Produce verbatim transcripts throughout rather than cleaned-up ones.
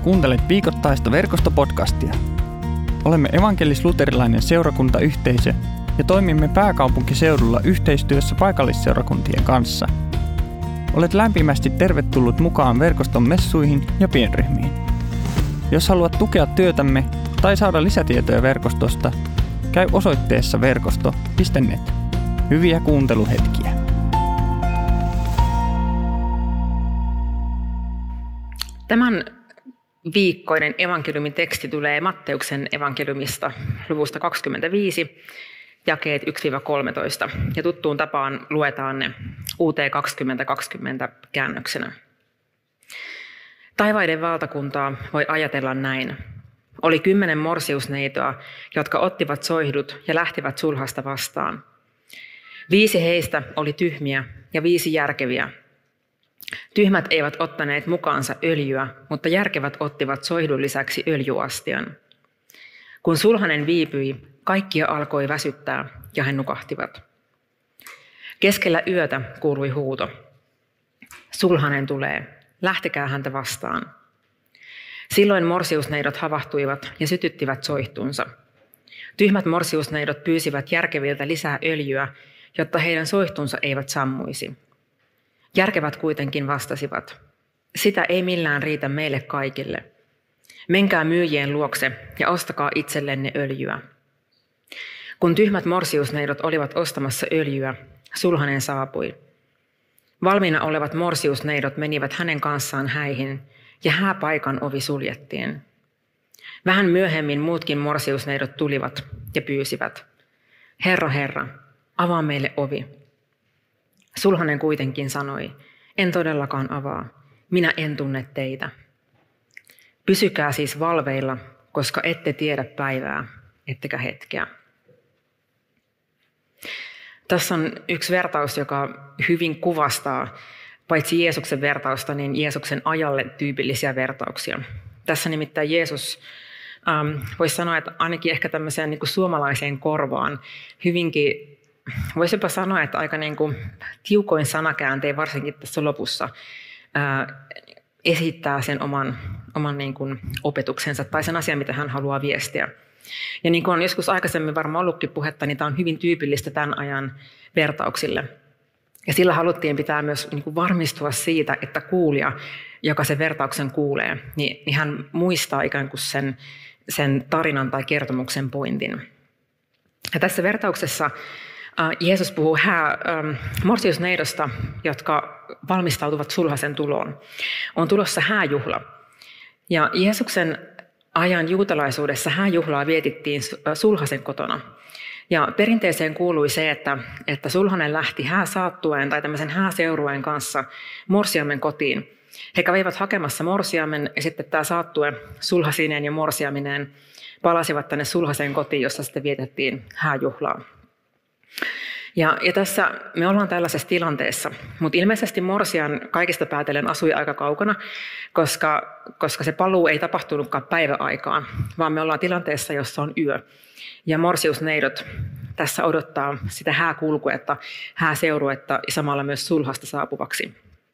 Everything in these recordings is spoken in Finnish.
Kuuntelet viikoittaista verkostopodcastia. Olemme evankelis-luterilainen seurakuntayhteisö ja toimimme pääkaupunkiseudulla yhteistyössä paikallisseurakuntien kanssa. Olet lämpimästi tervetullut mukaan verkoston messuihin ja pienryhmiin. Jos haluat tukea työtämme tai saada lisätietoja verkostosta, käy osoitteessa verkosto piste net. Hyviä kuunteluhetkiä. Tämän viikkoinen evankeliumin teksti tulee Matteuksen evankeliumista luvusta kaksikymmentäviisi, jakeet yksi kolmetoista. Ja tuttuun tapaan luetaan ne U T kaksituhattakaksikymmentä käännöksenä. Taivaiden valtakuntaa voi ajatella näin. Oli kymmenen morsiusneitoa, jotka ottivat soihdut ja lähtivät sulhasta vastaan. Viisi heistä oli tyhmiä ja viisi järkeviä. Tyhmät eivät ottaneet mukaansa öljyä, mutta järkevät ottivat soihdun lisäksi öljyastian. Kun sulhanen viipyi, kaikkia alkoi väsyttää ja he nukahtivat. Keskellä yötä kuului huuto. Sulhanen tulee, lähtekää häntä vastaan. Silloin morsiusneidot havahtuivat ja sytyttivät soihtunsa. Tyhmät morsiusneidot pyysivät järkeviltä lisää öljyä, jotta heidän soihtunsa eivät sammuisi. Järkevät kuitenkin vastasivat, sitä ei millään riitä meille kaikille. Menkää myyjien luokse ja ostakaa itsellenne öljyä. Kun tyhmät morsiusneidot olivat ostamassa öljyä, sulhanen saapui. Valmiina olevat morsiusneidot menivät hänen kanssaan häihin ja hääpaikan ovi suljettiin. Vähän myöhemmin muutkin morsiusneidot tulivat ja pyysivät, Herra, Herra, avaa meille ovi. Sulhanen kuitenkin sanoi, en todellakaan avaa, minä en tunne teitä. Pysykää siis valveilla, koska ette tiedä päivää, ettekä hetkeä. Tässä on yksi vertaus, joka hyvin kuvastaa paitsi Jeesuksen vertausta, niin Jeesuksen ajalle tyypillisiä vertauksia. Tässä nimittäin Jeesus, ähm, voisi sanoa, että ainakin ehkä tämmöiseen niin kuin suomalaiseen korvaan hyvinkin, voisi jopa sanoa, että aika niin kuin tiukoin sanakääntein, varsinkin tässä lopussa, ää, esittää sen oman, oman niin kuin opetuksensa tai sen asian, mitä hän haluaa viestiä. Ja niin kuin on joskus aikaisemmin varmaan ollutkin puhetta, niin tämä on hyvin tyypillistä tämän ajan vertauksille. Ja sillä haluttiin pitää myös niin kuin varmistua siitä, että kuulija, joka sen vertauksen kuulee, niin, niin hän muistaa ikään kuin sen, sen tarinan tai kertomuksen pointin. Ja tässä vertauksessa Jeesus puhuu hää, morsiusneidosta, jotka valmistautuvat sulhasen tuloon. On tulossa hääjuhla. Ja Jeesuksen ajan juutalaisuudessa hääjuhlaa vietittiin sulhasen kotona. Ja perinteeseen kuului se, että, että sulhanen lähti hääsaattueen tai tämmöisen hääseurueen kanssa morsiamen kotiin. He kävivät hakemassa morsiamen ja sitten tämä saattue sulhasineen ja morsiamineen palasivat tänne sulhasen kotiin, jossa sitten vietettiin hääjuhlaa. Ja, ja tässä me ollaan tällaisessa tilanteessa, mutta ilmeisesti morsian kaikista päätellen asui aika kaukana, koska, koska se paluu ei tapahtunutkaan päiväaikaan, vaan me ollaan tilanteessa, jossa on yö. Ja morsiusneidot tässä odottaa sitä hääkulkuetta, hääseuruetta ja samalla myös sulhasta saapuvaksi.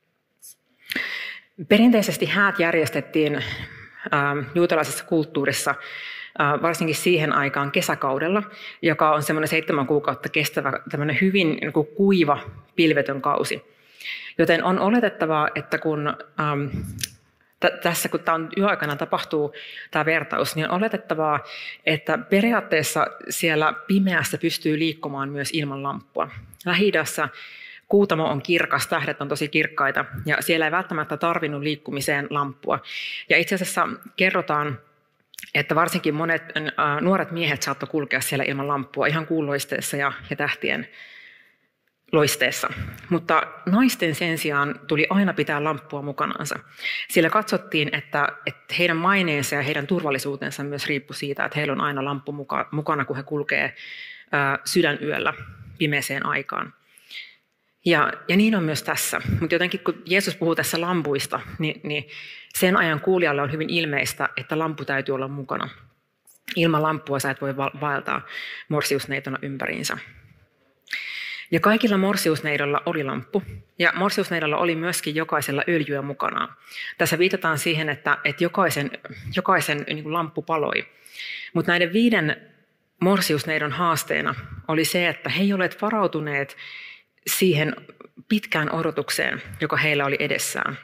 Perinteisesti häät järjestettiin äh, juutalaisessa kulttuurissa varsinkin siihen aikaan kesäkaudella, joka on semmoinen seitsemän kuukautta kestävä, tämmöinen hyvin niin kuin kuiva, pilvetön kausi. Joten on oletettavaa, että kun ähm, t- tässä kun tämä on yöaikana tapahtuu tämä vertaus, niin on oletettavaa, että periaatteessa siellä pimeässä pystyy liikkumaan myös ilman lamppua. Lähi-idässä kuutamo on kirkas, tähdet on tosi kirkkaita ja siellä ei välttämättä tarvinnut liikkumiseen lamppua. Ja itse asiassa kerrotaan, että varsinkin monet äh, nuoret miehet saattoi kulkea siellä ilman lamppua ihan kuuloisteessa ja, ja tähtien loisteessa. Mutta naisten sen sijaan tuli aina pitää lamppua mukanansa. Sillä katsottiin, että, että heidän maineensa ja heidän turvallisuutensa myös riippui siitä, että heillä on aina lamppu muka, mukana, kun he kulkee äh, sydänyöllä pimeeseen aikaan. Ja, ja niin on myös tässä. Mutta jotenkin kun Jeesus puhuu tässä lampuista, niin, niin sen ajan kuulijalle on hyvin ilmeistä, että lampu täytyy olla mukana. Ilman lamppua sä et voi vaeltaa morsiusneitona ympäriinsä. Ja kaikilla morsiusneidolla oli lamppu, ja morsiusneidolla oli myöskin jokaisella öljyä mukana. Tässä viitataan siihen, että, että jokaisen, jokaisen niin kuin lamppu paloi. Mutta näiden viiden morsiusneidon haasteena oli se, että he eivät olleet varautuneet siihen pitkään odotukseen, joka heillä oli edessään.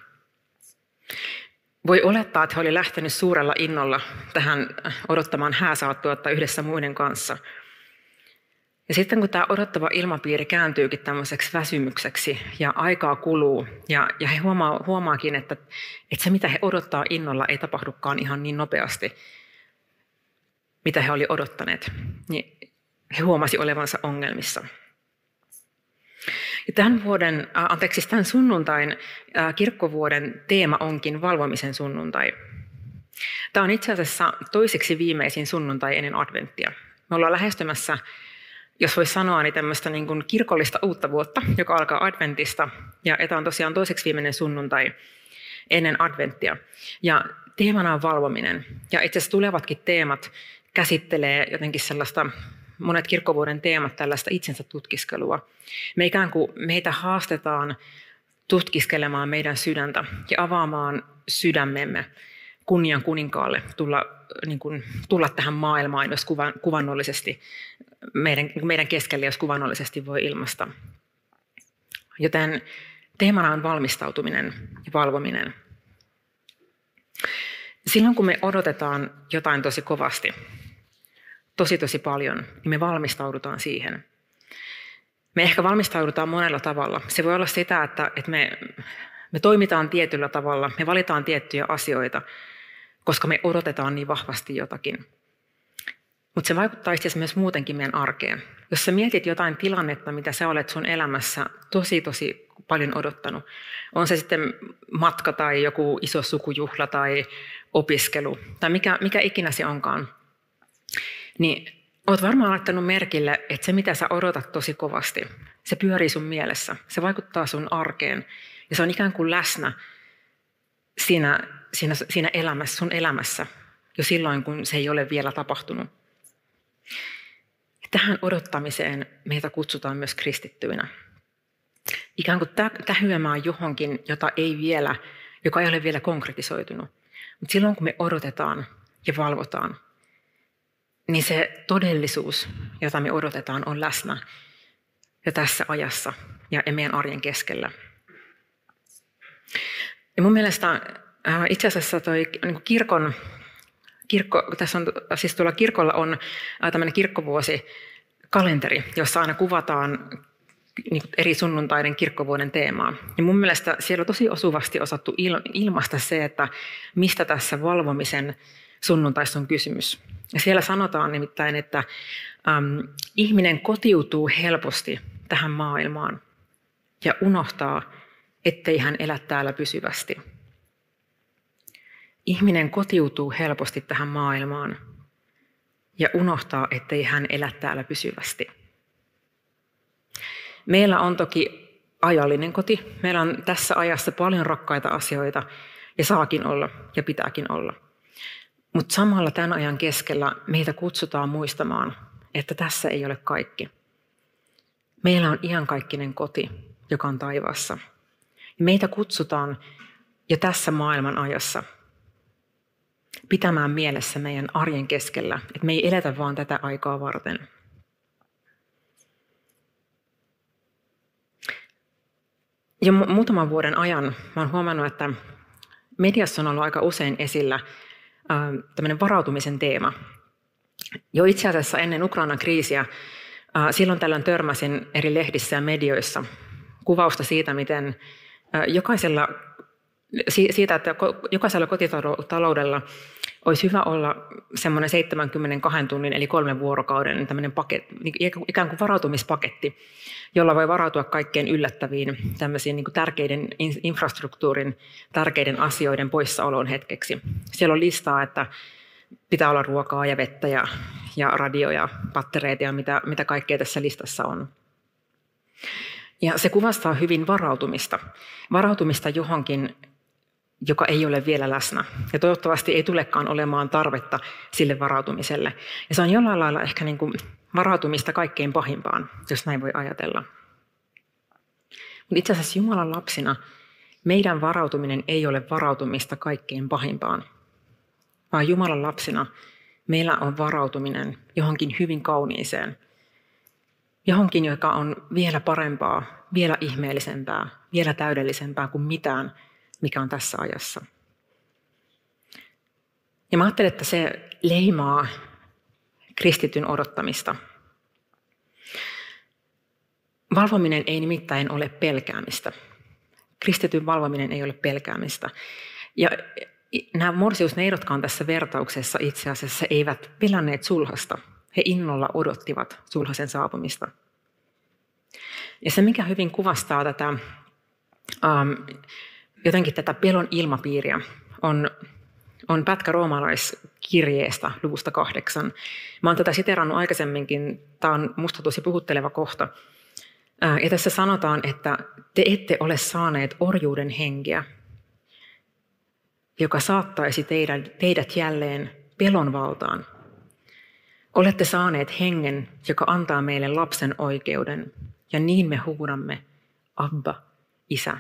Voi olettaa, että he olivat lähteneet suurella innolla tähän odottamaan hääsaattuetta yhdessä muiden kanssa. Ja sitten kun tämä odottava ilmapiiri kääntyykin tämmöiseksi väsymykseksi ja aikaa kuluu ja, ja he huomaa, huomaakin, että, että se mitä he odottaa innolla ei tapahdukaan ihan niin nopeasti, mitä he olivat odottaneet, niin he huomasi olevansa ongelmissa. Ja tämän vuoden, anteeksi, tämän sunnuntain kirkkovuoden teema onkin valvomisen sunnuntai. Tämä on itse asiassa toiseksi viimeisin sunnuntai ennen adventtia. Me ollaan lähestymässä, jos voisi sanoa, niin tämmöistä niin kuin kirkollista uutta vuotta, joka alkaa adventista. Ja tämä on tosiaan toiseksi viimeinen sunnuntai ennen adventtia. Ja teemana on valvominen. Ja itse asiassa tulevatkin teemat käsittelee jotenkin sellaista, monet kirkkovuoden teemat tällaista itsensä tutkiskelua. Me ikään kuin meitä haastetaan tutkiskelemaan meidän sydäntä ja avaamaan sydämemme kunnian kuninkaalle tulla, niin kuin, tulla tähän maailmaan, jos kuvan, kuvannollisesti, meidän, meidän keskelle, jos kuvannollisesti voi ilmaista. Joten teemana on valmistautuminen ja valvominen. Silloin kun me odotetaan jotain tosi kovasti, tosi tosi paljon, niin me valmistaudutaan siihen. Me ehkä valmistaudutaan monella tavalla. Se voi olla sitä, että, että me, me toimitaan tietyllä tavalla, me valitaan tiettyjä asioita, koska me odotetaan niin vahvasti jotakin. Mutta se vaikuttaa itse asiassa myös muutenkin meidän arkeen. Jos sä mietit jotain tilannetta, mitä sä olet sun elämässä tosi tosi paljon odottanut, on se sitten matka tai joku iso sukujuhla tai opiskelu tai mikä, mikä ikinä se onkaan, niin olet varmaan laittanut merkille, että se mitä sä odotat tosi kovasti, se pyörii sun mielessä, se vaikuttaa sun arkeen ja se on ikään kuin läsnä siinä, siinä, siinä elämässä, sun elämässä jo silloin, kun se ei ole vielä tapahtunut. Tähän odottamiseen meitä kutsutaan myös kristittyinä. Ikään kuin tähyämään johonkin, jota ei vielä, joka ei ole vielä konkretisoitunut. Mutta silloin kun me odotetaan ja valvotaan, niin se todellisuus, jota me odotetaan, on läsnä jo tässä ajassa ja meidän arjen keskellä. Ja mun mielestä itse asiassa toi niin kirkon, kirkko, tässä on, siis tuolla kirkolla on tämmöinen kirkkovuosikalenteri, jossa aina kuvataan niin eri sunnuntaiden kirkkovuoden teemaa. Ja mun mielestä siellä on tosi osuvasti osattu ilmaista se, että mistä tässä valvomisen sunnuntaissa on kysymys. Ja siellä sanotaan nimittäin, että äm, ihminen kotiutuu helposti tähän maailmaan ja unohtaa, ettei hän elä täällä pysyvästi. Ihminen kotiutuu helposti tähän maailmaan ja unohtaa, ettei hän elä täällä pysyvästi. Meillä on toki ajallinen koti. Meillä on tässä ajassa paljon rakkaita asioita ja saakin olla ja pitääkin olla. Mutta samalla tämän ajan keskellä meitä kutsutaan muistamaan, että tässä ei ole kaikki. Meillä on iankaikkinen koti, joka on taivaassa. Meitä kutsutaan jo tässä maailman ajassa pitämään mielessä meidän arjen keskellä, että me ei eletä vaan tätä aikaa varten. Jo muutaman vuoden ajan mä olen huomannut, että mediassa on ollut aika usein esillä tämmöinen varautumisen teema. Jo itse asiassa ennen Ukrainan kriisiä, silloin tällöin törmäsin eri lehdissä ja medioissa kuvausta siitä, miten jokaisella, siitä, että jokaisella kotitaloudella olisi hyvä olla semmoinen seitsemänkymmentäkaksi tunnin eli kolmen vuorokauden tämmöinen paketti, ikään kuin varautumispaketti, jolla voi varautua kaikkein yllättäviin tämmöisiin niin kuin tärkeiden infrastruktuurin, tärkeiden asioiden poissaoloon hetkeksi. Siellä on listaa, että pitää olla ruokaa ja vettä ja, ja radio ja pattereita ja mitä, mitä kaikkea tässä listassa on. Ja se kuvastaa hyvin varautumista. Varautumista johonkin, joka ei ole vielä läsnä. Ja toivottavasti ei tulekaan olemaan tarvetta sille varautumiselle. Ja se on jollain lailla ehkä niin kuin varautumista kaikkein pahimpaan, jos näin voi ajatella. Itse asiassa Jumalan lapsina meidän varautuminen ei ole varautumista kaikkein pahimpaan, vaan Jumalan lapsina meillä on varautuminen johonkin hyvin kauniiseen, johonkin, joka on vielä parempaa, vielä ihmeellisempää, vielä täydellisempää kuin mitään, mikä on tässä ajassa. Ja mä ajattelen, että se leimaa kristityn odottamista. Valvominen ei nimittäin ole pelkäämistä. Kristityn valvominen ei ole pelkäämistä. Ja nämä morsiusneidotkaan tässä vertauksessa itse asiassa eivät pelänneet sulhasta. He innolla odottivat sulhasen saapumista. Ja se, mikä hyvin kuvastaa tätä, ähm, jotenkin tätä pelon ilmapiiriä, on, on pätkä roomalaiskirjeestä luvusta kahdeksan. Mä oon tätä siterannut aikaisemminkin. Tämä on musta tosi puhutteleva kohta. Äh, ja tässä sanotaan, että te ette ole saaneet orjuuden henkeä, joka saattaisi teidät, teidät jälleen pelon valtaan. Olette saaneet hengen, joka antaa meille lapsen oikeuden, ja niin me huudamme, Abba, Isä.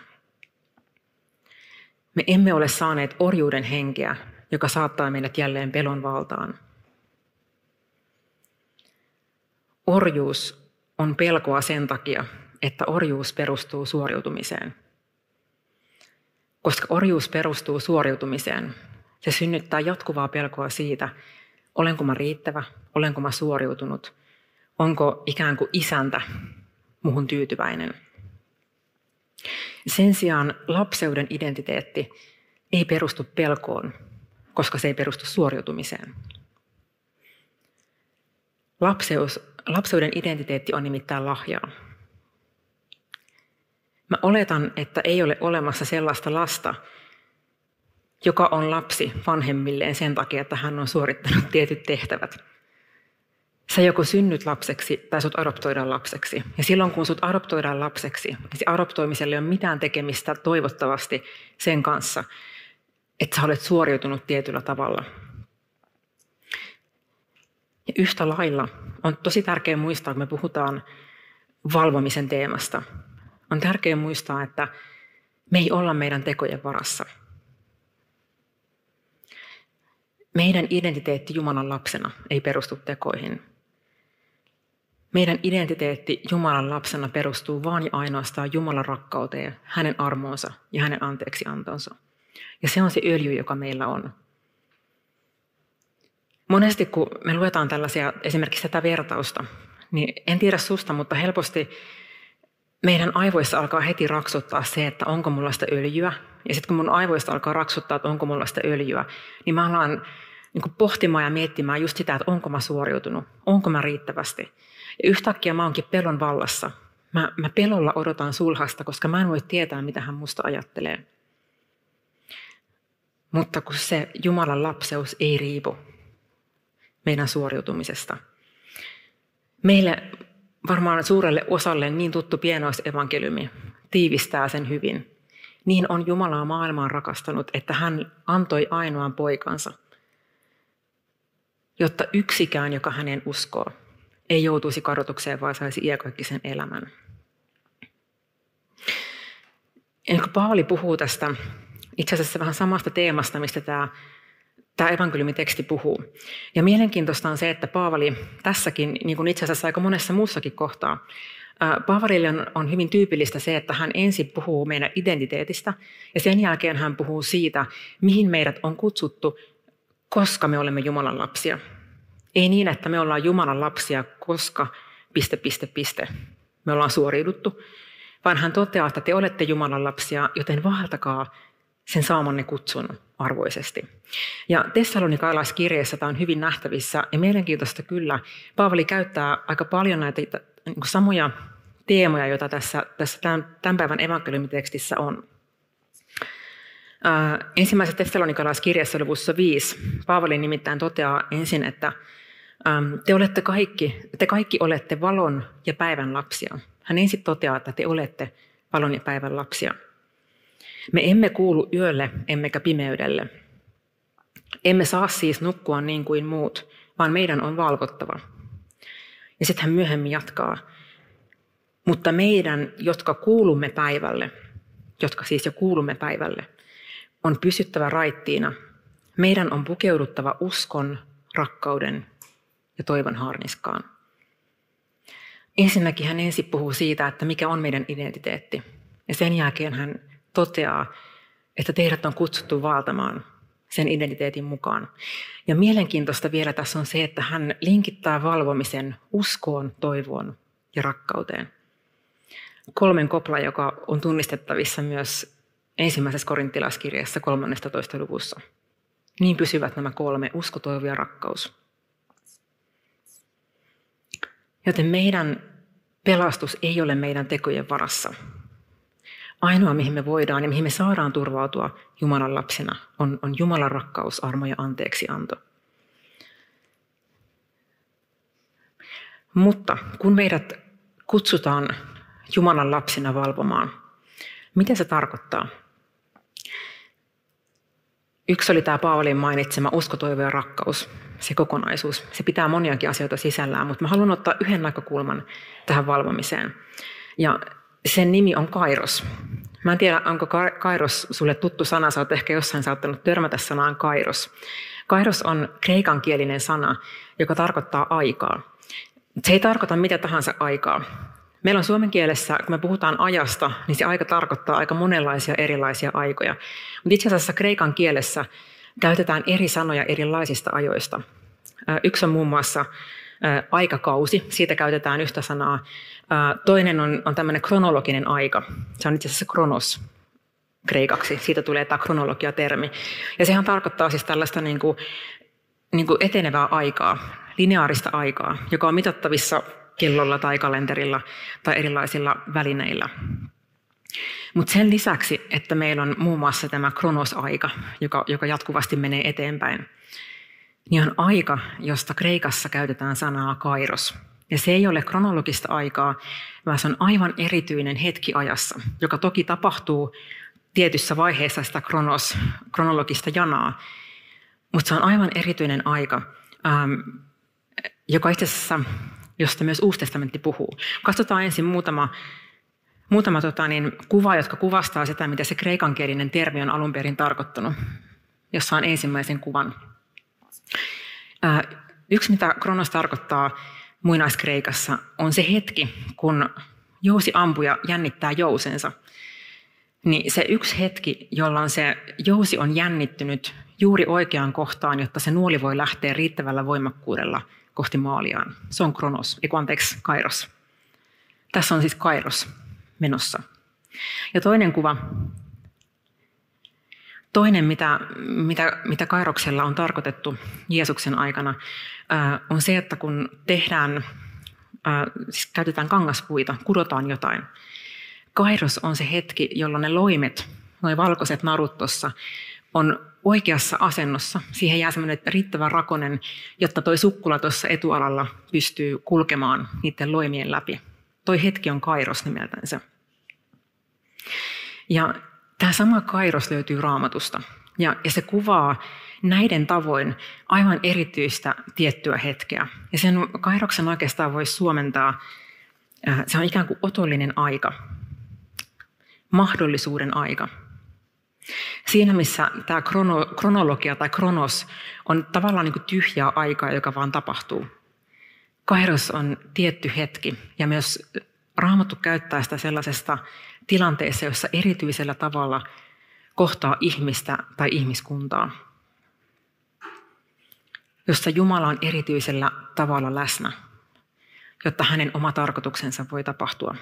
Me emme ole saaneet orjuuden henkeä, joka saattaa meidät jälleen pelon valtaan. Orjuus on pelkoa sen takia, että orjuus perustuu suoriutumiseen. Koska orjuus perustuu suoriutumiseen, se synnyttää jatkuvaa pelkoa siitä, olenko mä riittävä, olenko mä suoriutunut, onko ikään kuin isäntä muhun tyytyväinen. Sen sijaan lapseuden identiteetti ei perustu pelkoon, koska se ei perustu suoriutumiseen. Lapseus, lapseuden identiteetti on nimittäin lahjaa. Mä oletan, että ei ole olemassa sellaista lasta, joka on lapsi vanhemmilleen sen takia, että hän on suorittanut tietyt tehtävät. Sä joko synnyt lapseksi tai sut adoptoidaan lapseksi. Ja silloin kun sut adoptoidaan lapseksi, niin se adoptoimiselle ei ole mitään tekemistä toivottavasti sen kanssa, että sä olet suoriutunut tietyllä tavalla. Ja yhtä lailla on tosi tärkeää muistaa, kun me puhutaan valvomisen teemasta, on tärkeää muistaa, että me ei olla meidän tekojen varassa. Meidän identiteetti Jumalan lapsena ei perustu tekoihin. Meidän identiteetti Jumalan lapsena perustuu vain ja ainoastaan Jumalan rakkauteen, hänen armoonsa ja hänen anteeksiantonsa. Ja se on se öljy, joka meillä on. Monesti kun me luetaan tällaisia, esimerkiksi tätä vertausta, niin en tiedä susta, mutta helposti meidän aivoissa alkaa heti raksuttaa se, että onko mulla sitä öljyä. Ja sitten kun mun aivoista alkaa raksuttaa, että onko mulla sitä öljyä, niin mä alan niin kuin pohtimaan ja miettimään just sitä, että onko mä suoriutunut, onko mä riittävästi. Ja yhtäkkiä mä oonkin pelon vallassa. Mä, mä pelolla odotan sulhasta, koska mä en voi tietää, mitä hän musta ajattelee. Mutta kun se Jumalan lapseus ei riipu meidän suoriutumisesta. Meille varmaan suurelle osalle niin tuttu pienoisevankeliumi tiivistää sen hyvin. Niin on Jumalaa maailmaan rakastanut, että hän antoi ainoan poikansa, jotta yksikään, joka hänen uskoo, ei joutuisi kadotukseen, vaan saisi iäkaikkisen elämän. Ja kun Paavali puhuu tästä itse asiassa vähän samasta teemasta, mistä tämä, tämä evankeliumiteksti puhuu. Ja mielenkiintoista on se, että Paavali tässäkin, niin kuin itse asiassa aika monessa muussakin kohtaa, Paavalille on, on hyvin tyypillistä se, että hän ensin puhuu meidän identiteetistä ja sen jälkeen hän puhuu siitä, mihin meidät on kutsuttu, koska me olemme Jumalan lapsia. Ei niin, että me ollaan Jumalan lapsia, koska piste, piste, piste. Me ollaan suoriuduttu, vaan hän toteaa, että te olette Jumalan lapsia, joten vaeltakaa sen saamanne kutsun arvoisesti. Ja Tessalonikalaiskirjeessä tämä on hyvin nähtävissä ja mielenkiintoista kyllä. Paavali käyttää aika paljon näitä niin kuin samoja teemoja, joita tässä, tässä tämän, tämän päivän evankeliumitekstissä on. Ää, ensimmäisessä Tessalonikalaiskirjassa luvussa viisi Paavali nimittäin toteaa ensin, että äm, te, olette kaikki, te kaikki olette valon ja päivän lapsia. Hän ensin toteaa, että te olette valon ja päivän lapsia. Me emme kuulu yölle emmekä pimeydelle. Emme saa siis nukkua niin kuin muut, vaan meidän on valvottava. Ja sitten hän myöhemmin jatkaa. Mutta meidän, jotka kuulumme päivälle, jotka siis jo kuulumme päivälle, on pysyttävä raittiina. Meidän on pukeuduttava uskon, rakkauden ja toivon harniskaan. Ensinnäkin hän ensin puhuu siitä, että mikä on meidän identiteetti. Ja sen jälkeen hän toteaa, että teidät on kutsuttu valtamaan sen identiteetin mukaan. Ja mielenkiintoista vielä tässä on se, että hän linkittää valvomisen uskoon, toivoon ja rakkauteen. Kolmen kopla, joka on tunnistettavissa myös ensimmäisessä korinttilaiskirjassa kolmannessatoista luvussa. Niin pysyvät nämä kolme, usko, toivo ja rakkaus. Joten meidän pelastus ei ole meidän tekojen varassa. Ainoa, mihin me voidaan ja mihin me saadaan turvautua Jumalan lapsina, on, on Jumalan rakkaus, armo ja anteeksianto. Mutta kun meidät kutsutaan Jumalan lapsina valvomaan, mitä se tarkoittaa? Yksi oli tämä Paavalin mainitsema usko, toivo ja rakkaus, se kokonaisuus. Se pitää moniakin asioita sisällään, mutta mä haluan ottaa yhden näkökulman tähän valvomiseen. Ja sen nimi on kairos. Mä en tiedä, onko kairos sulle tuttu sana, sä oot ehkä jossain saattanut törmätä sanaan kairos. Kairos on kreikankielinen sana, joka tarkoittaa aikaa. Se ei tarkoita mitä tahansa aikaa. Meillä on suomen kielessä, kun me puhutaan ajasta, niin se aika tarkoittaa aika monenlaisia erilaisia aikoja. Mutta itse asiassa kreikan kielessä käytetään eri sanoja erilaisista ajoista. Yksi on muun muassa aikakausi, siitä käytetään yhtä sanaa. Toinen on, on tämmöinen kronologinen aika, se on itse asiassa kronos kreikaksi, siitä tulee tämä kronologia-termi. Ja sehän tarkoittaa siis tällaista niin kuin, niin kuin etenevää aikaa, lineaarista aikaa, joka on mitattavissa kellolla tai kalenterilla tai erilaisilla välineillä. Mutta sen lisäksi, että meillä on muun muassa tämä kronosaika, joka, joka jatkuvasti menee eteenpäin, niin on aika, josta Kreikassa käytetään sanaa kairos. Ja se ei ole kronologista aikaa, vaan se on aivan erityinen hetki ajassa, joka toki tapahtuu tietyssä vaiheessa sitä kronos, kronologista janaa, mutta se on aivan erityinen aika, ähm, joka itse asiassa, josta myös Uusi testamentti puhuu. Katsotaan ensin muutama, muutama tota, niin, kuva, jotka kuvastaa sitä, mitä se kreikankielinen termi on alun perin tarkoittanut, jossa on ensimmäisen kuvan. Äh, yksi, mitä kronos tarkoittaa muinaiskreikassa, on se hetki, kun jousiampuja jännittää jousensa. Niin se yksi hetki, jolloin se jousi on jännittynyt juuri oikeaan kohtaan, jotta se nuoli voi lähteä riittävällä voimakkuudella kohti maaliaan. Se on kronos, eiku anteeksi, kairos. Tässä on siis kairos menossa. Ja toinen kuva, toinen mitä, mitä, mitä kairoksella on tarkoitettu Jeesuksen aikana, ää, on se, että kun tehdään, ää, siis käytetään kangaspuita, kudotaan jotain. Kairos on se hetki, jolloin ne loimet, nuo valkoiset narut tuossa, on oikeassa asennossa. Siihen jää semmoinen riittävän rakonen, jotta toi sukkula tuossa etualalla pystyy kulkemaan niiden loimien läpi. Toi hetki on kairos nimeltänsä. Ja tämä sama kairos löytyy Raamatusta. Ja, ja se kuvaa näiden tavoin aivan erityistä tiettyä hetkeä. Ja sen kairoksen oikeastaan voisi suomentaa, se on ikään kuin otollinen aika. Mahdollisuuden aika. Siinä, missä tämä krono, kronologia tai kronos on tavallaan niin kuin tyhjää aikaa, joka vaan tapahtuu. Kairos on tietty hetki ja myös Raamattu käyttää sitä sellaisesta tilanteessa, jossa erityisellä tavalla kohtaa ihmistä tai ihmiskuntaa. Jossa Jumala on erityisellä tavalla läsnä, jotta hänen oma tarkoituksensa voi tapahtua.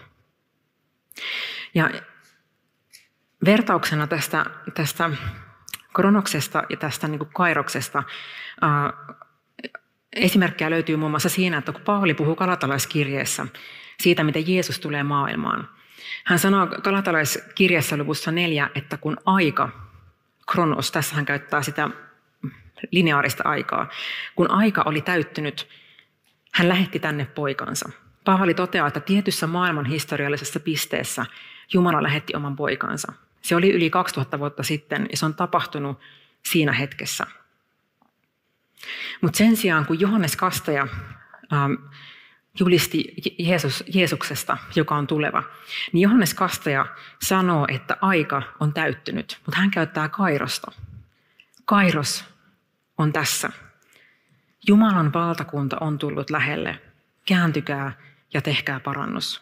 Ja vertauksena tästä, tästä kronoksesta ja tästä niin kuin kairoksesta ää, esimerkkejä löytyy muun muassa siinä, että kun Paavali puhuu Galatalaiskirjeessä siitä, miten Jeesus tulee maailmaan. Hän sanoo Galatalaiskirjeessä luvussa neljä, että kun aika, kronos, tässä hän käyttää sitä lineaarista aikaa, kun aika oli täyttynyt, hän lähetti tänne poikansa. Paavali toteaa, että tietyssä maailman historiallisessa pisteessä Jumala lähetti oman poikansa. Se oli yli kaksituhatta vuotta sitten ja se on tapahtunut siinä hetkessä. Mutta sen sijaan, kun Johannes Kastaja ähm, julisti Jeesus, Jeesuksesta, joka on tuleva, niin Johannes Kastaja sanoo, että aika on täyttynyt, mutta hän käyttää kairosta. Kairos on tässä. Jumalan valtakunta on tullut lähelle. Kääntykää ja tehkää parannus.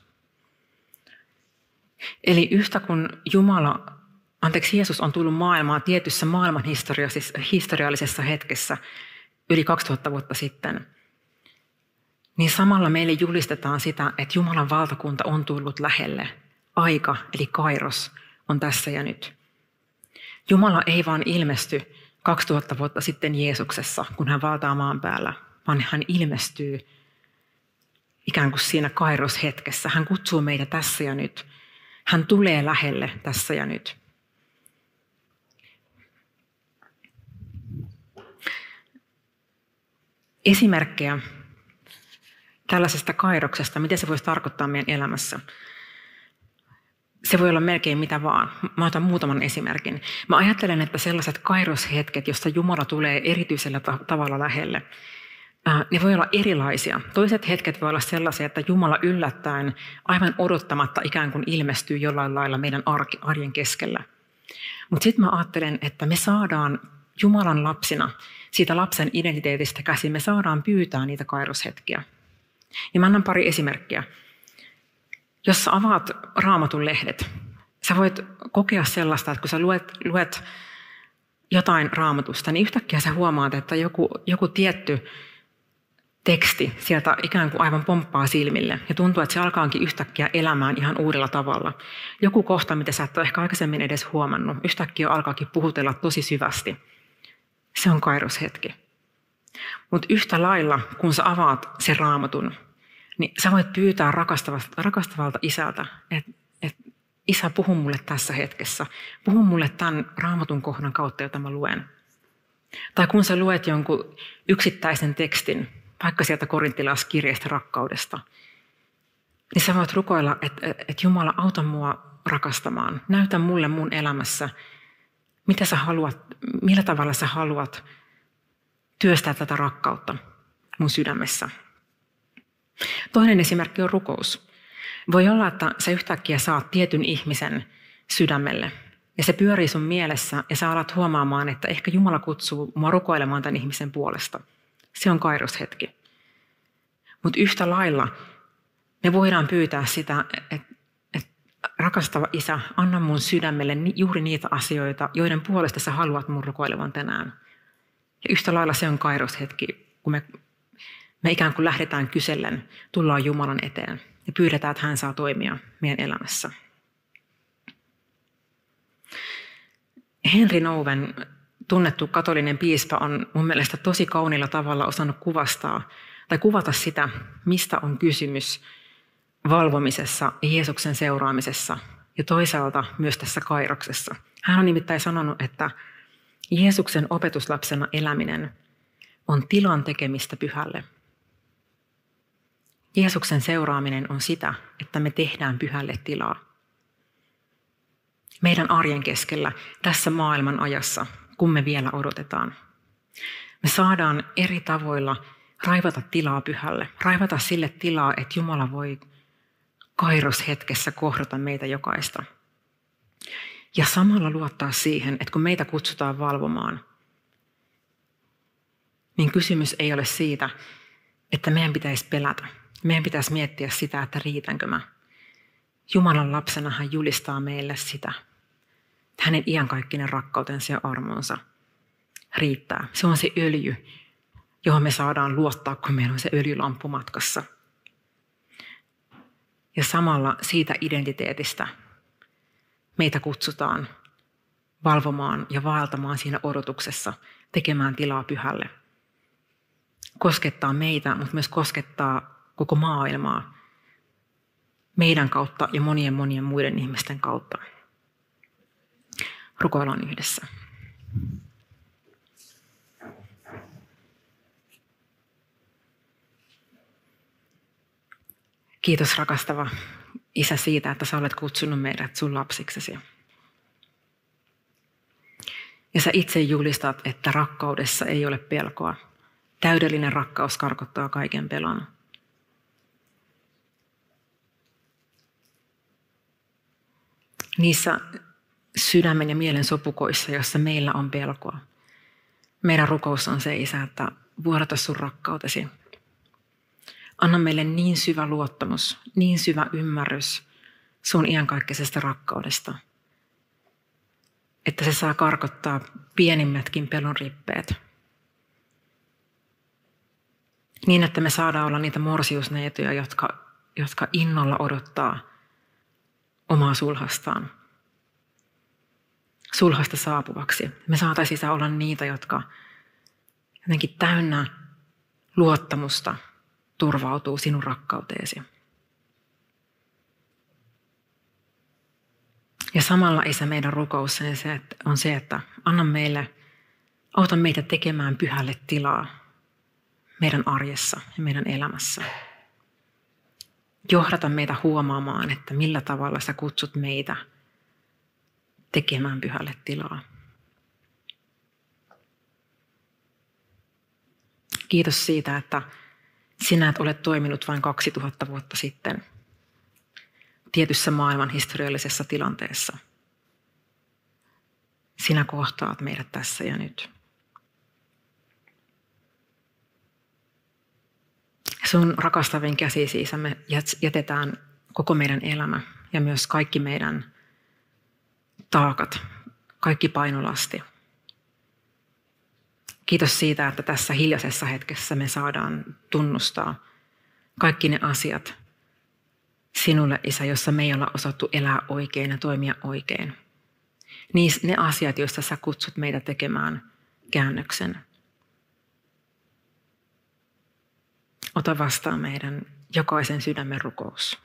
Eli yhtä kun Jumala, anteeksi Jeesus on tullut maailmaan tietyssä maailman historiallisessa hetkessä yli kaksituhatta vuotta sitten, niin samalla meille julistetaan sitä, että Jumalan valtakunta on tullut lähelle. Aika, eli kairos, on tässä ja nyt. Jumala ei vaan ilmesty kaksituhatta vuotta sitten Jeesuksessa, kun hän valtaa maan päällä, vaan hän ilmestyy ikään kuin siinä kairoshetkessä. Hän kutsuu meitä tässä ja nyt. Hän tulee lähelle tässä ja nyt. Esimerkkejä tällaisesta kairoksesta, mitä se voisi tarkoittaa meidän elämässä. Se voi olla melkein mitä vaan. Mä otan muutaman esimerkin. Mä ajattelen, että sellaiset kairoshetket, jossa Jumala tulee erityisellä tavalla lähelle, ne voi olla erilaisia. Toiset hetket voi olla sellaisia, että Jumala yllättäen aivan odottamatta ikään kuin ilmestyy jollain lailla meidän arjen keskellä. Mutta sitten mä ajattelen, että me saadaan Jumalan lapsina siitä lapsen identiteetistä käsin, me saadaan pyytää niitä kairoshetkiä. Ja mä annan pari esimerkkiä. Jos sä avaat Raamatun lehdet, sä voit kokea sellaista, että kun sä luet, luet jotain Raamatusta, niin yhtäkkiä sä huomaat, että joku, joku tietty teksti sieltä ikään kuin aivan pomppaa silmille. Ja tuntuu, että se alkaakin yhtäkkiä elämään ihan uudella tavalla. Joku kohta, mitä sä et ole ehkä aikaisemmin edes huomannut, yhtäkkiä alkaakin puhutella tosi syvästi. Se on kairoshetki. Mutta yhtä lailla, kun sä avaat sen Raamatun, niin sä voit pyytää rakastavalta isältä, että et, isä, puhu mulle tässä hetkessä. Puhu mulle tämän Raamatun kohdan kautta, jota mä luen. Tai kun sä luet jonkun yksittäisen tekstin, vaikka sieltä korintilaiskirjeestä rakkaudesta, niin sä voit rukoilla, että et Jumala, auta mua rakastamaan. Näytä mulle mun elämässä, mitä sä haluat, millä tavalla sä haluat työstää tätä rakkautta mun sydämessä. Toinen esimerkki on rukous. Voi olla, että sä yhtäkkiä saat tietyn ihmisen sydämelle ja se pyörii sun mielessä ja sä alat huomaamaan, että ehkä Jumala kutsuu mua rukoilemaan tämän ihmisen puolesta. Se on kairoshetki. Mutta yhtä lailla me voidaan pyytää sitä, että, että rakastava isä, anna mun sydämelle juuri niitä asioita, joiden puolesta sä haluat mun rukoilevan tänään. Ja yhtä lailla se on kairoshetki, kun me, me ikään kuin lähdetään kysellen, tullaan Jumalan eteen ja pyydetään, että hän saa toimia meidän elämässä. Henry Nouwen, tunnettu katolinen piispa, on mun mielestä tosi kauniilla tavalla osannut kuvastaa tai kuvata sitä, mistä on kysymys valvomisessa ja Jeesuksen seuraamisessa ja toisaalta myös tässä kairoksessa. Hän on nimittäin sanonut, että Jeesuksen opetuslapsena eläminen on tilan tekemistä pyhälle. Jeesuksen seuraaminen on sitä, että me tehdään pyhälle tilaa. Meidän arjen keskellä, tässä maailman ajassa, kun me vielä odotetaan. Me saadaan eri tavoilla raivata tilaa pyhälle, raivata sille tilaa, että Jumala voi kairoshetkessä kohdata meitä jokaista. Ja samalla luottaa siihen, että kun meitä kutsutaan valvomaan, niin kysymys ei ole siitä, että meidän pitäisi pelätä. Meidän pitäisi miettiä sitä, että riitänkö mä. Jumalan lapsena hän julistaa meille sitä, että hänen iankaikkinen rakkautensa ja armonsa riittää. Se on se öljy, johon me saadaan luottaa, kun meillä on se öljylamppu matkassa. Ja samalla siitä identiteetistä meitä kutsutaan valvomaan ja vaeltamaan siinä odotuksessa, tekemään tilaa pyhälle. Koskettaa meitä, mutta myös koskettaa koko maailmaa meidän kautta ja monien monien muiden ihmisten kautta. Rukoillaan yhdessä. Kiitos rakastava Isä siitä, että sä olet kutsunut meidät sun lapsiksesi. Ja sä itse julistat, että rakkaudessa ei ole pelkoa. Täydellinen rakkaus karkottaa kaiken pelon. niissä sydämen ja mielen sopukoissa, jossa meillä on pelkoa. Meidän rukous on se, Isä, että vuodata sun rakkautesi. Anna meille niin syvä luottamus, niin syvä ymmärrys sun iankaikkisesta rakkaudesta, että se saa karkottaa pienimmätkin pelon rippeet. Niin, että me saadaan olla niitä morsiusneitoja, jotka, jotka innolla odottaa omaa sulhastaan. Sulhasta saapuvaksi. Me saataisiin olla niitä, jotka jotenkin täynnä luottamusta turvautuu sinun rakkauteesi. Ja samalla, Isä, meidän rukous on se, että anna meille, auta meitä tekemään pyhälle tilaa meidän arjessa ja meidän elämässä. Johdata meitä huomaamaan, että millä tavalla sä kutsut meitä tekemään pyhälle tilaa. Kiitos siitä, että sinä et ole toiminut vain kaksituhatta vuotta sitten tietyssä maailman historiallisessa tilanteessa. Sinä kohtaat meidät tässä ja nyt. Sun rakastavin käsisi, Isä, me jätetään koko meidän elämä ja myös kaikki meidän taakat, kaikki painolasti. Kiitos siitä, että tässä hiljaisessa hetkessä me saadaan tunnustaa kaikki ne asiat sinulle, Isä, jossa me ei olla osattu elää oikein ja toimia oikein. Ne asiat, joista sä kutsut meitä tekemään käännöksen. Ota vastaan meidän jokaisen sydämen rukous.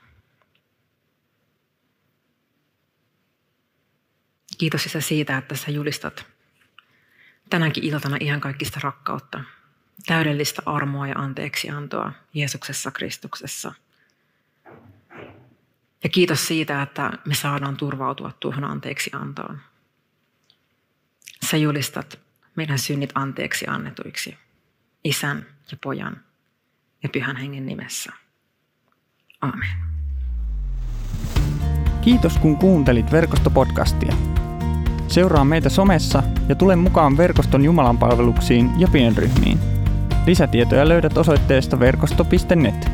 Kiitos, Isä, siitä, että sä julistat tänäänkin iltana ihan kaikista rakkautta, täydellistä armoa ja anteeksiantoa Jeesuksessa Kristuksessa. Ja kiitos siitä, että me saadaan turvautua tuohon anteeksiantoon. Sä julistat meidän synnit anteeksi annetuiksi Isän ja Pojan ja Pyhän Hengen nimessä. Aamen. Kiitos, kun kuuntelit verkostopodcastia. Seuraa meitä somessa ja tule mukaan verkoston jumalanpalveluksiin ja pienryhmiin. Lisätietoja löydät osoitteesta verkosto piste net.